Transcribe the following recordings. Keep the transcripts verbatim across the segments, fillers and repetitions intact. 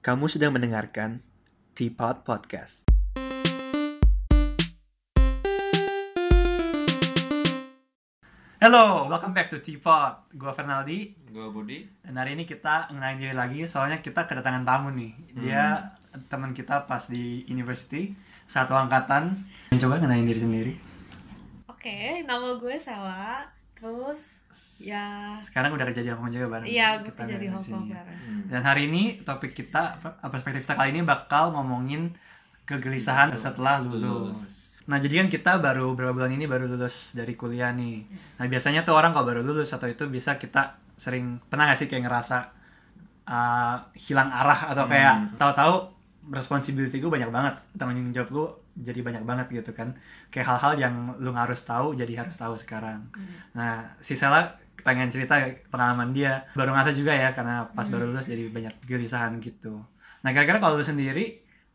Kamu sedang mendengarkan Teapot Podcast. Hello, welcome back to Teapot. Gua Fernaldi. Gua Budi. Dan hari ini kita ngenalin diri lagi, soalnya kita kedatangan tamu nih. Dia hmm. teman kita pas di university, satu angkatan. Coba ngenalin diri sendiri. Oke, nama gue Sela. Terus ya sekarang udah kerja di Hong Kong juga bareng. Iya, gue kerja di Hong Kong bareng. Hmm. Dan hari ini topik kita, perspektif kita kali ini bakal ngomongin kegelisahan setelah lulus. Nah, jadi kan kita baru beberapa bulan ini baru lulus dari kuliah nih. Nah, biasanya tuh orang kalau baru lulus atau itu bisa kita sering, pernah gak sih kayak ngerasa uh, hilang arah atau kayak hmm. tahu-tahu responsibility gue banyak banget, tanggung jawab gue jadi banyak banget gitu kan. Kayak hal-hal yang lu harus tahu jadi harus tahu sekarang. Hmm. Nah, si Sela pengen cerita pengalaman dia. Baru ngerasa juga ya karena pas hmm. baru lulus jadi banyak kegelisahan gitu. Nah, kira-kira kalau lu sendiri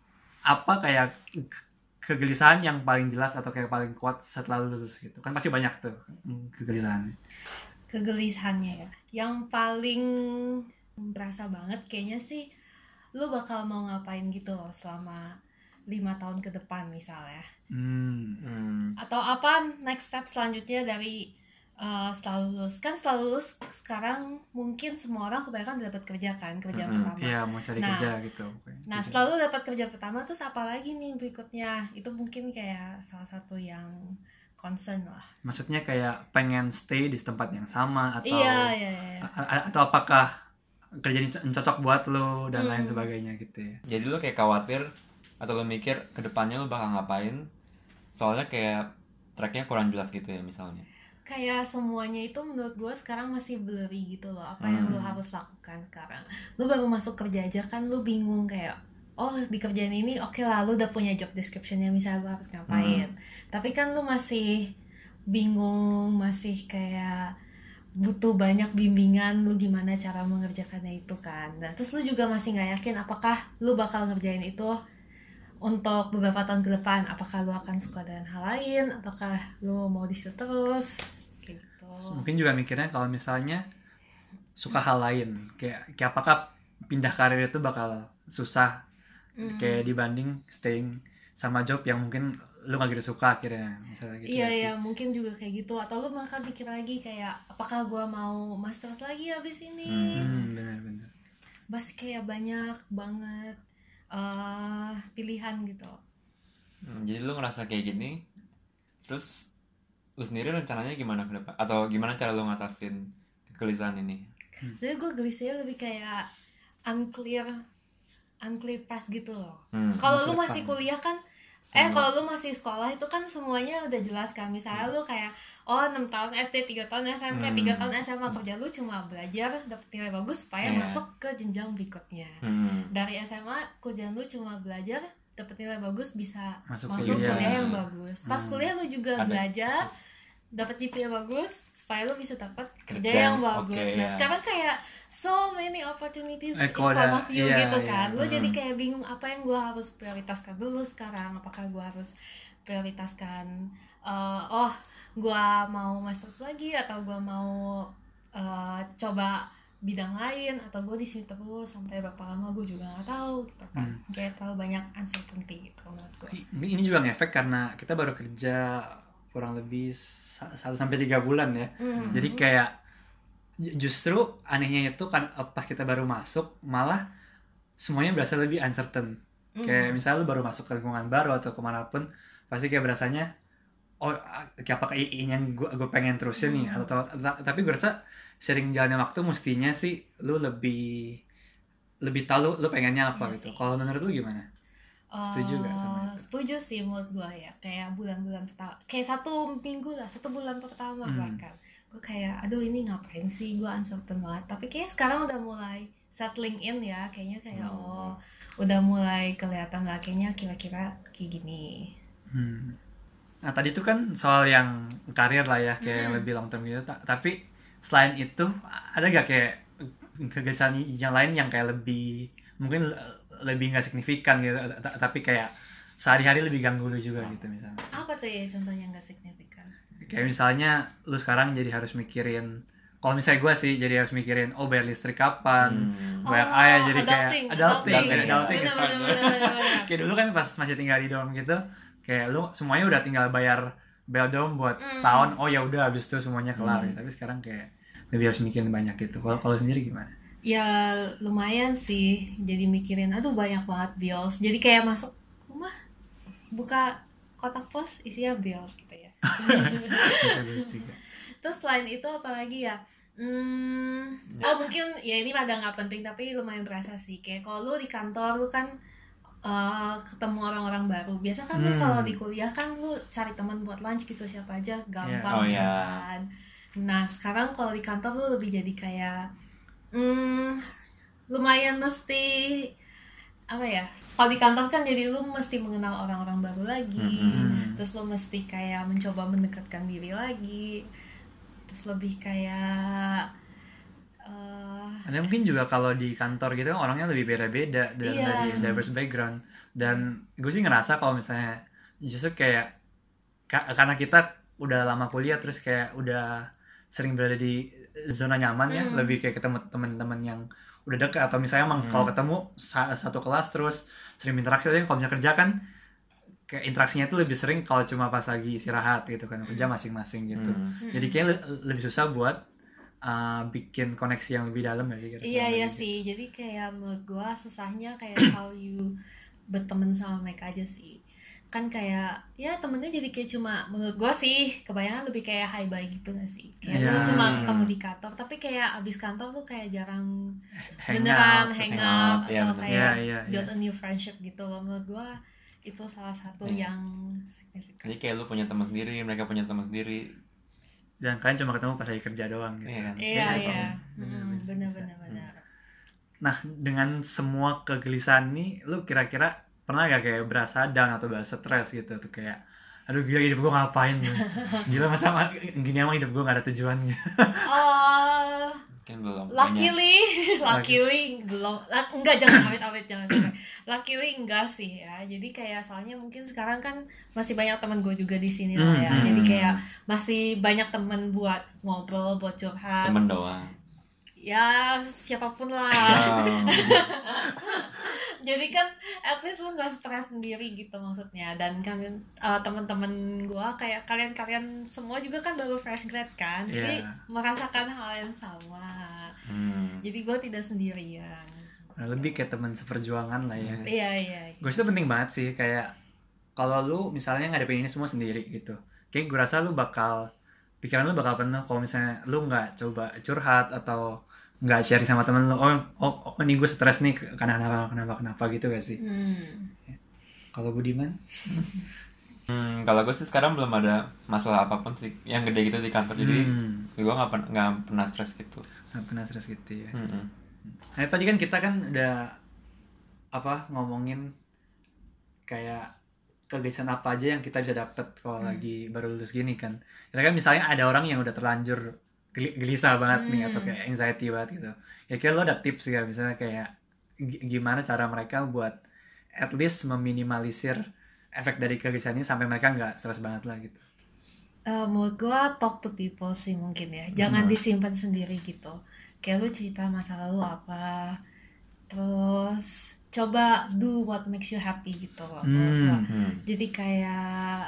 apa kayak kegelisahan yang paling jelas atau kayak paling kuat setelah lulus gitu? Kan pasti banyak tuh kegelisahannya. Kegelisahannya ya. Yang paling berasa banget kayaknya sih lu bakal mau ngapain gitu loh selama lima tahun ke depan misalnya. Hmm. Hmm. Atau apa next step selanjutnya dari uh, setelah lulus. Kan setelah lulus sekarang mungkin semua orang kebanyakan udah dapat kerja kan, kerjaan mm-hmm. pertama. Iya, mau cari nah, kerja gitu. Nah, setelah lu dapat kerja pertama terus apa lagi nih berikutnya? Itu mungkin kayak salah satu yang concern lah. Maksudnya kayak pengen stay di tempat yang sama atau iya, iya, iya. A- atau apakah kerja ini cocok buat lo dan hmm. lain sebagainya gitu ya. Jadi lo kayak khawatir atau lo mikir kedepannya lo bakal ngapain, soalnya kayak tracknya kurang jelas gitu ya misalnya. Kayak semuanya itu menurut gue sekarang masih blurry gitu loh, apa hmm. yang lo harus lakukan sekarang. Lo baru masuk kerja aja kan lo bingung kayak, oh di kerjaan ini oke okay lah lo udah punya job description-nya misalnya lo harus ngapain. Hmm. Tapi kan lo masih bingung, masih kayak butuh banyak bimbingan lu gimana cara mengerjakannya itu kan. Nah, terus lu juga masih nggak yakin apakah lu bakal ngerjain itu untuk beberapa tahun ke depan. Apakah lu akan suka dengan hal lain? Apakah lu mau di situ terus? Gitu. Mungkin juga mikirnya kalau misalnya suka hal lain, kayak kayak apakah pindah karir itu bakal susah mm. kayak dibanding staying sama job yang mungkin lu gak gitu suka akhirnya misalnya gitu. Iya iya mungkin juga kayak gitu, atau lu bakal pikir lagi kayak apakah gue mau masters lagi abis ini. Hmm, benar-benar. Masih kayak banyak banget uh, pilihan gitu. Hmm, jadi lu ngerasa kayak gini, terus lu sendiri rencananya gimana ke depan? Atau gimana cara lu ngatasin kegelisahan ini? Hmm. Jadi gue gelisahnya lebih kayak unclear unclear path gitu loh. Hmm. Kalau lu masih kuliah kan Semua. Eh kalau lu masih sekolah itu kan semuanya udah jelas kan. Misalnya hmm. lu kayak oh enam tahun S D, tiga tahun S M P, hmm. tiga tahun S M A, kerja lu cuma belajar dapet nilai bagus supaya yeah. masuk ke jenjang berikutnya. hmm. Dari S M A kerjaan lu cuma belajar dapet nilai bagus bisa masuk, masuk kuliah. kuliah yang bagus. Pas hmm. kuliah lu juga Ada. belajar dapat G P A bagus supaya lu bisa dapat kerja, kerja yang bagus. Okay, nah, yeah. sekarang kayak so many opportunities eh, in front of you iya, gitu kan. Iya. Lu hmm. jadi kayak bingung apa yang gue harus prioritaskan dulu sekarang. Apakah gue harus prioritaskan uh, oh, gue mau masters lagi atau gue mau uh, coba bidang lain atau gue di sini terus sampai berapa lama gue juga nggak tahu gitu kan. Hmm. Kayak terlalu banyak uncertainty gitu menurut gue. Ini juga ngefek karena kita baru kerja kurang lebih satu sampai tiga bulan ya. Mm. Jadi kayak justru anehnya itu kan pas kita baru masuk malah semuanya berasa lebih uncertain. Mm. Kayak misalnya lu baru masuk ke lingkungan baru atau kemanapun pasti kayak berasanya oh kayak apa ini yang gue gue pengen terusin mm. nih atau tapi gue rasa sering jalannya waktu mestinya sih lu lebih lebih tahu lu pengennya apa yes, gitu. Kalau menurut lu gimana? Setuju gak sama itu? Setuju sih menurut gue ya. Kayak bulan-bulan pertama, kayak satu minggu lah, satu bulan pertama hmm. bahkan gue kayak aduh ini ngapain sih, gue uncertain banget. Tapi kayaknya sekarang udah mulai settling in ya. Kayaknya kayak hmm. oh udah mulai kelihatan lah kayaknya kira-kira kayak gini. hmm. Nah tadi tuh kan soal yang karir lah ya, kayak hmm. yang lebih long term gitu. Tapi selain itu ada gak kayak kegelisahan yang lain yang kayak lebih mungkin lebih nggak signifikan gitu, tapi kayak sehari-hari lebih ganggu lu juga gitu misalnya. Apa tuh ya contohnya nggak signifikan? Kayak misalnya lu sekarang jadi harus mikirin kalau misalnya gue sih jadi harus mikirin oh bayar listrik kapan, Hmm. bayar Oh, ayah jadi adulting, kayak adulting, adulting. adulting, Bener, bener, bener, bener, bener. kayak dulu kan pas masih tinggal di dorm gitu, kayak lu semuanya udah tinggal bayar bel dorm buat Hmm. setahun, oh ya udah habis itu semuanya kelar. Hmm. Tapi sekarang kayak lebih harus mikirin banyak gitu. Kalau kalau sendiri gimana? Ya lumayan sih, jadi mikirin aduh banyak banget bills, jadi kayak masuk rumah buka kotak pos isinya bills gitu ya. Terus selain itu apalagi ya, hmm, oh mungkin ya ini rada nggak penting tapi lumayan berasa sih, kayak kalau lu di kantor lu kan uh, ketemu orang-orang baru, biasa kan lu Hmm. kalau di kuliah kan lu cari teman buat lunch gitu siapa aja gampang Oh, gitu ya. kan. Nah sekarang kalau di kantor lu lebih jadi kayak hmm, lumayan mesti apa ya, kalau di kantor kan jadi lu mesti mengenal orang-orang baru lagi, Mm-mm. terus lu mesti kayak mencoba mendekatkan diri lagi, terus lebih kayak uh, Ada mungkin juga kalau di kantor gitu kan orangnya lebih beda-beda dan Iya. dari diverse background. Dan gue sih ngerasa kalau misalnya justru kayak ka- karena kita udah lama kuliah terus kayak udah sering berada di zona nyaman ya, Hmm. lebih kayak ketemu teman-teman yang udah dekat atau misalnya emang Hmm. kalau ketemu sa- satu kelas terus sering interaksi. Tapi kalau misalnya kerja kan kayak interaksinya itu lebih sering kalau cuma pas lagi istirahat gitu kan, kerja masing-masing gitu. Hmm. Jadi kayak le- lebih susah buat uh, bikin koneksi yang lebih dalam ya sih kira-kira iya iya gitu. sih, jadi kayak menurut gua susahnya kayak how you berteman sama mereka aja sih, kan kayak ya temennya jadi kayak cuma menurut gua sih kebayangan lebih kayak hi bye gitu gak sih, kayak lu Iya. cuma ketemu di kantor tapi kayak abis kantor tuh kayak jarang Hang beneran out, hang hang out out, iya, atau bener. kayak Iya, iya, build iya. a new friendship gitu loh. Menurut gua itu salah satu Iya. yang signifikan. Jadi kayak lu punya teman sendiri, mereka punya teman sendiri. Dan kalian cuma ketemu pas lagi kerja doang gitu. Iya kan? Iya Iya, iya, bener, Hmm, bener, bener bener bener. Nah, dengan semua kegelisahan nih, lu kira-kira pernah gak kayak berasa down atau berasa stres gitu tuh kayak aduh gila hidup gue ngapain nih? Gila masa ma- gini emang hidup gue gak ada tujuannya. Oh, Mungkin belum punya. luckily, luckily belum, la- enggak jangan awet-awet jangan sampai. Luckily enggak sih ya. Jadi kayak soalnya mungkin sekarang kan masih banyak teman gue juga di sini lah ya. Hmm. Jadi kayak masih banyak teman buat ngobrol, buat curhat. Temen doang. Ya siapapun lah. Oh. Jadi kan at least lu nggak stres sendiri gitu maksudnya. Dan kan uh, teman-teman gue kayak kalian-kalian semua juga kan baru fresh grad kan, jadi Iya. merasakan hal yang sama. Hmm. Jadi gue tidak sendirian. Nah, lebih kayak teman seperjuangan lah ya. Iya iya. Gue itu penting banget sih kayak kalau lu misalnya ngadepin ini semua sendiri gitu. Kayak gue rasa lu bakal pikiran lu bakal penuh kalau misalnya lu nggak coba curhat atau nggak sharing sama temen lu. Oh, oh, oh ini gue stres nih karena kenapa kenapa kenapa gitu gak sih? Hmm. Kalau Budiman? Hmm, kalau gue sih sekarang belum ada masalah apapun sih yang gede gitu di kantor, jadi Hmm. gue nggak pen- nggak pernah stres gitu. Nggak pernah stres gitu ya. Hmm. Nah tadi kan kita kan udah apa ngomongin kayak kegiatan apa aja yang kita bisa dapet kalau Hmm. lagi baru lulus gini kan. Ya kan misalnya ada orang yang udah terlanjur geli- gelisah banget nih Hmm. atau kayak anxiety banget gitu. Ya kira lo ada tips gak misalnya kayak g- gimana cara mereka buat at least meminimalisir efek dari kegelisahan ini sampai mereka nggak stres banget lah gitu. Eh, menurut gue talk to people sih mungkin ya. Jangan Hmm. disimpan sendiri gitu. Kayak lu cerita masa lalu apa, terus coba do what makes you happy gitu loh. menurut Hmm. gua. Hmm. Jadi kayak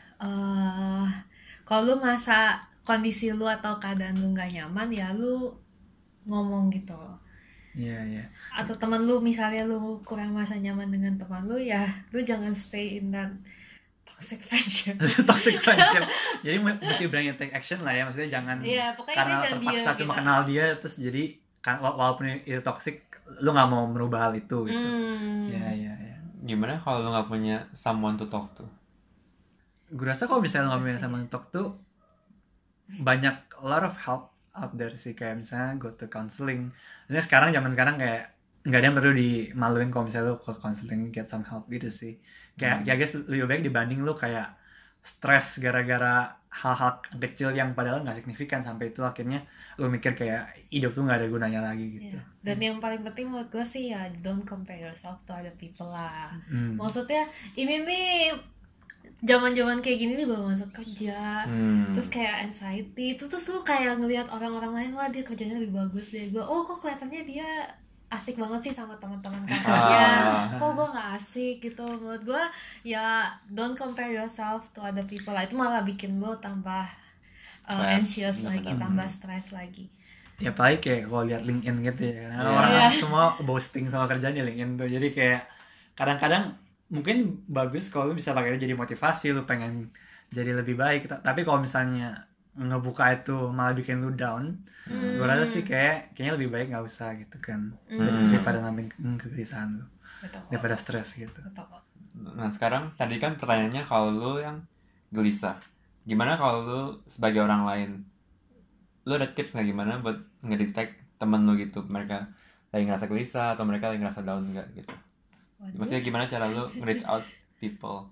eh kalau lu masa kondisi lu atau keadaan lu nggak nyaman ya lu ngomong gitu loh. Iya iya. Atau teman lu misalnya lu kurang masa nyaman dengan teman lu ya lu jangan stay in that toxic friendship. Toxic friendship. Jadi mu- mesti berani take action lah ya, maksudnya jangan Iya, pokoknya karena dia jangan terpaksa diem cuma gitu. kenal dia terus jadi kan wa- walaupun itu toxic lu nggak mau merubah hal itu gitu. Hmm. Iya iya iya. Gimana kalau lu nggak punya someone to talk to? Gue rasa kalau misalnya lu nggak punya Pasti. sama talk tuh banyak a lot of help out there sih, kayak misalnya go to counseling. Maksudnya sekarang zaman sekarang kayak nggak ada yang perlu dimaluin kalau misalnya lu ke counseling get some help gitu sih. Kayak Hmm. ya guys lebih baik dibanding lu kayak stres gara-gara hal-hal kecil yang padahal nggak signifikan sampai itu akhirnya lu mikir kayak hidup tuh nggak ada gunanya lagi gitu. Iya. Dan yang paling penting menurut gue sih ya don't compare yourself to other people lah. Hmm. Maksudnya ini nih zaman-zaman kayak gini nih baru masuk kerja, Hmm. terus kayak anxiety itu, terus lu kayak ngelihat orang-orang lain, wah dia kerjanya lebih bagus deh, gue oh kok kelihatannya dia asik banget sih sama teman-teman kantornya, Ah. kok gue nggak asik gitu. Menurut gue ya don't compare yourself to other people lah, itu malah bikin lu tambah uh, Stress. anxious Bener-bener. lagi, tambah stres lagi. Ya paling kayak kalau lihat LinkedIn gitu ya, karena Iya. orang Iya. semua boasting sama kerjanya LinkedIn tuh, jadi kayak kadang-kadang mungkin bagus kalau lu bisa pakai itu jadi motivasi, lu pengen jadi lebih baik. Ta- tapi kalau misalnya ngebuka itu malah bikin lu down, Hmm. gue rasa sih kayak kayaknya lebih baik nggak usah gitu kan, Hmm. daripada nambahin kegelisahan lu, Betul. daripada stres gitu. Betul. Nah sekarang tadi kan pertanyaannya kalau lu yang gelisah, gimana kalau lu sebagai orang lain, lu ada tips nggak gimana buat ngedetect temen lu gitu, mereka lagi ngerasa gelisah atau mereka lagi ngerasa down nggak gitu? Waduh. Maksudnya gimana cara lu reach out people?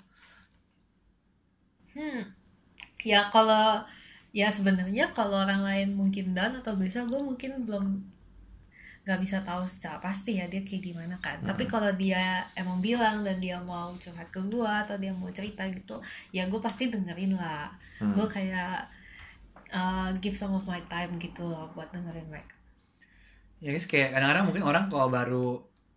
Hmm. Ya kalau ya sebenarnya kalau orang lain mungkin down atau gelisah, gue mungkin belum nggak bisa tahu secara pasti ya dia kayak gimana kan. Tapi kalau dia emang bilang dan dia mau curhat ke gue atau dia mau cerita gitu, ya gue pasti dengerin lah. Hmm. Gue kayak uh, give some of my time gitu loh buat dengerin mereka. Ya guys, kayak kadang-kadang mungkin orang kalau baru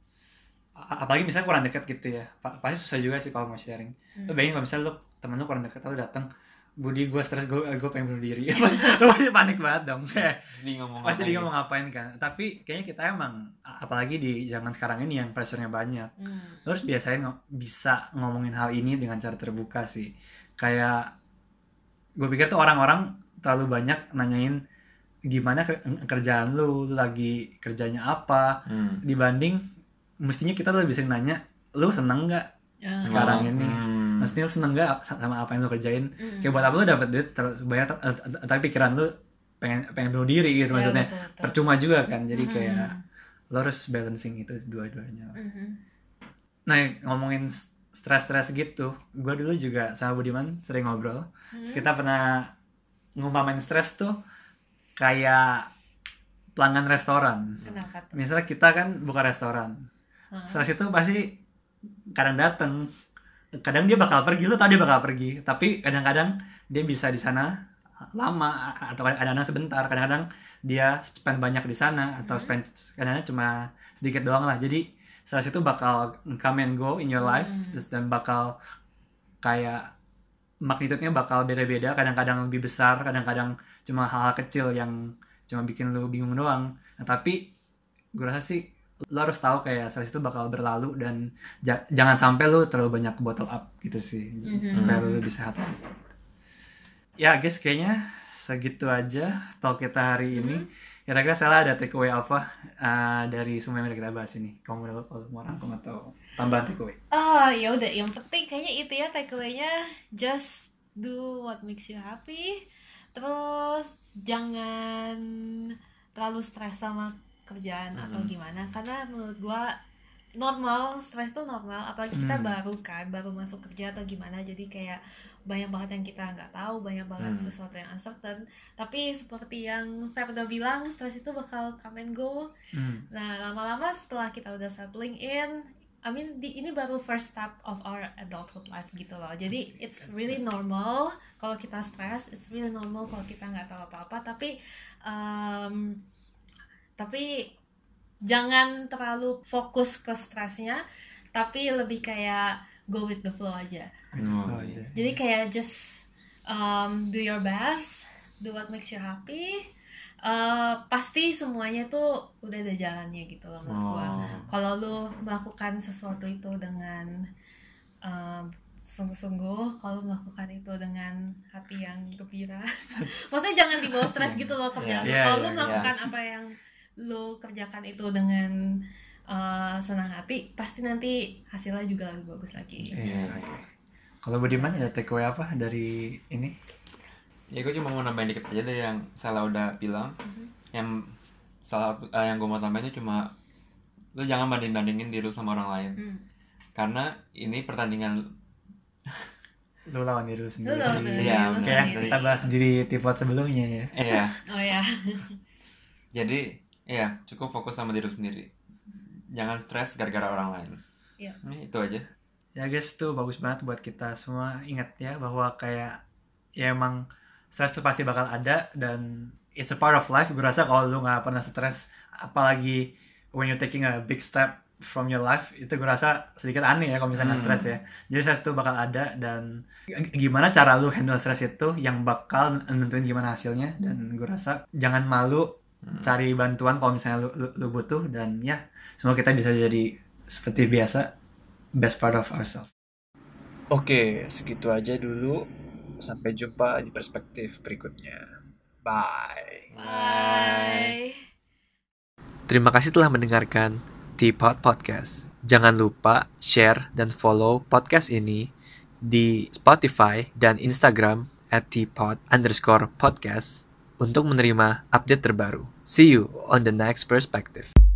a- apalagi misalnya kurang dekat gitu ya, pa- pasti susah juga sih kalau mau sharing. Lo bayangin kalau misalnya lo temen lo kurang dekat, lo datang, Budi gue stres, gue gue pengen bunuh diri, lo pasti panik banget dong, kayak Dia ngomong pasti apa dia gitu? mau ngapain kan. Tapi kayaknya kita emang a- apalagi di zaman sekarang ini yang pressure-nya banyak, Hmm. lo harus biasain ngo- bisa ngomongin hal ini dengan cara terbuka sih. Kayak gue pikir tuh orang-orang terlalu banyak nanyain gimana ke- kerjaan lu, lu lagi kerjanya apa, Hmm. dibanding mestinya kita lebih sering nanya, lu seneng nggak Ya. sekarang Oh, ini? hmm. Mestinya lu seneng nggak sama apa yang lu kerjain? Hmm. Kayak buat apa lu dapet duit terus banyak, eh, eh, tapi pikiran lu pengen pengen bunuh diri gitu, Ya, maksudnya betul, betul. percuma juga kan. Jadi Mhm. kayak lo harus balancing itu dua-duanya. Mhm. Nah, ngomongin stres-stres gitu, gue dulu juga sama Budiman sering ngobrol. Terus kita pernah ngumpamain stres tuh kayak pelanggan restoran. Kenapa tuh? Misalnya kita kan buka restoran, Hah? stres itu pasti kadang dateng, kadang dia bakal pergi, lu tau dia bakal pergi, tapi kadang-kadang dia bisa di sana lama atau kadang-kadang sebentar, kadang-kadang dia spend banyak di sana atau spend kadang-kadang cuma sedikit doang lah. Jadi stres itu bakal come and go in your life, terus dan bakal kayak magnitude-nya bakal beda-beda, kadang-kadang lebih besar, kadang-kadang cuma hal-hal kecil yang cuma bikin lu bingung doang. Nah, tapi gue rasa sih lo harus tahu kayak stres itu bakal berlalu dan ja- jangan sampai lu terlalu banyak bottle up gitu sih, supaya lu lebih sehat. Ya guys, kayaknya segitu aja talk kita hari ini. Kira-kira Sela ada takeaway apa uh, dari semua yang udah kita bahas ini? Kamu mau kalau mau rangkum atau tambahan takeaway? Oh ya udah, yang penting kayaknya itu ya takeaway-nya, just do what makes you happy. Terus jangan terlalu stres sama kerjaan atau gimana, karena menurut gua normal, stres itu normal, apalagi kita Hmm. baru kan, baru masuk kerja atau gimana, jadi kayak banyak banget yang kita nggak tahu, banyak banget Hmm. sesuatu yang uncertain. Tapi seperti yang Ferdo bilang, stres itu bakal come and go. Hmm. Nah, lama-lama setelah kita udah settling in, I mean, di, ini baru first step of our adulthood life gitu loh. Jadi, it's really normal kalau kita stres, it's really normal kalau kita nggak tahu apa-apa. Tapi, um, tapi jangan terlalu fokus ke stresnya, tapi lebih kayak go with the flow aja. Oh, Oh, iya. Jadi kayak just um, do your best, do what makes you happy. Uh, pasti semuanya tuh udah ada jalannya gitu loh menurut gua. Oh. Kalau lu melakukan sesuatu itu dengan um, sungguh-sungguh, kalau melakukan itu dengan hati yang gembira, maksudnya jangan dibawa stres gitu loh kerjaan. Iya, lu. iya, Kalau lu iya, melakukan apa yang lu kerjakan itu dengan uh, senang hati, pasti nanti hasilnya juga lebih bagus lagi. Iya, oke. Kalau Budiman ada takeaway apa dari ini? Ya gue cuma mau nambahin dikit aja dari yang Sela udah bilang. Yang salah satu eh, yang gue mau tambahin itu cuma lu jangan banding-bandingin diri lu sama orang lain. Hmm. Karena ini pertandingan. Lu lawan diri lu sendiri. Lu lawan diri Iya, lu Kayak yang sendiri. kita bahas di pivot sebelumnya ya. Iya. Oh ya. Jadi iya cukup fokus sama diri lu sendiri. Jangan stres gara-gara orang lain. Iya. Ini itu aja. Ya guys, tuh bagus banget buat kita semua. Ingat ya bahwa kayak ya emang stres tuh pasti bakal ada, dan it's a part of life. Gue rasa kalau lu nggak pernah stres, apalagi when you're taking a big step from your life, itu gue rasa sedikit aneh ya kalau misalnya hmm. stres ya. Jadi stres tuh bakal ada, dan gimana cara lu handle stres itu yang bakal nentuin gimana hasilnya. Dan gue rasa jangan malu hmm. cari bantuan kalau misalnya lu, lu, lu butuh. Dan ya, semoga kita bisa jadi seperti biasa, best part of ourselves. Oke, segitu aja dulu. Sampai jumpa di perspektif berikutnya. Bye. Bye. Terima kasih telah mendengarkan Teapot Podcast. Jangan lupa share dan follow podcast ini di Spotify dan Instagram at teapot underscore podcast untuk menerima update terbaru. See you on the next perspective.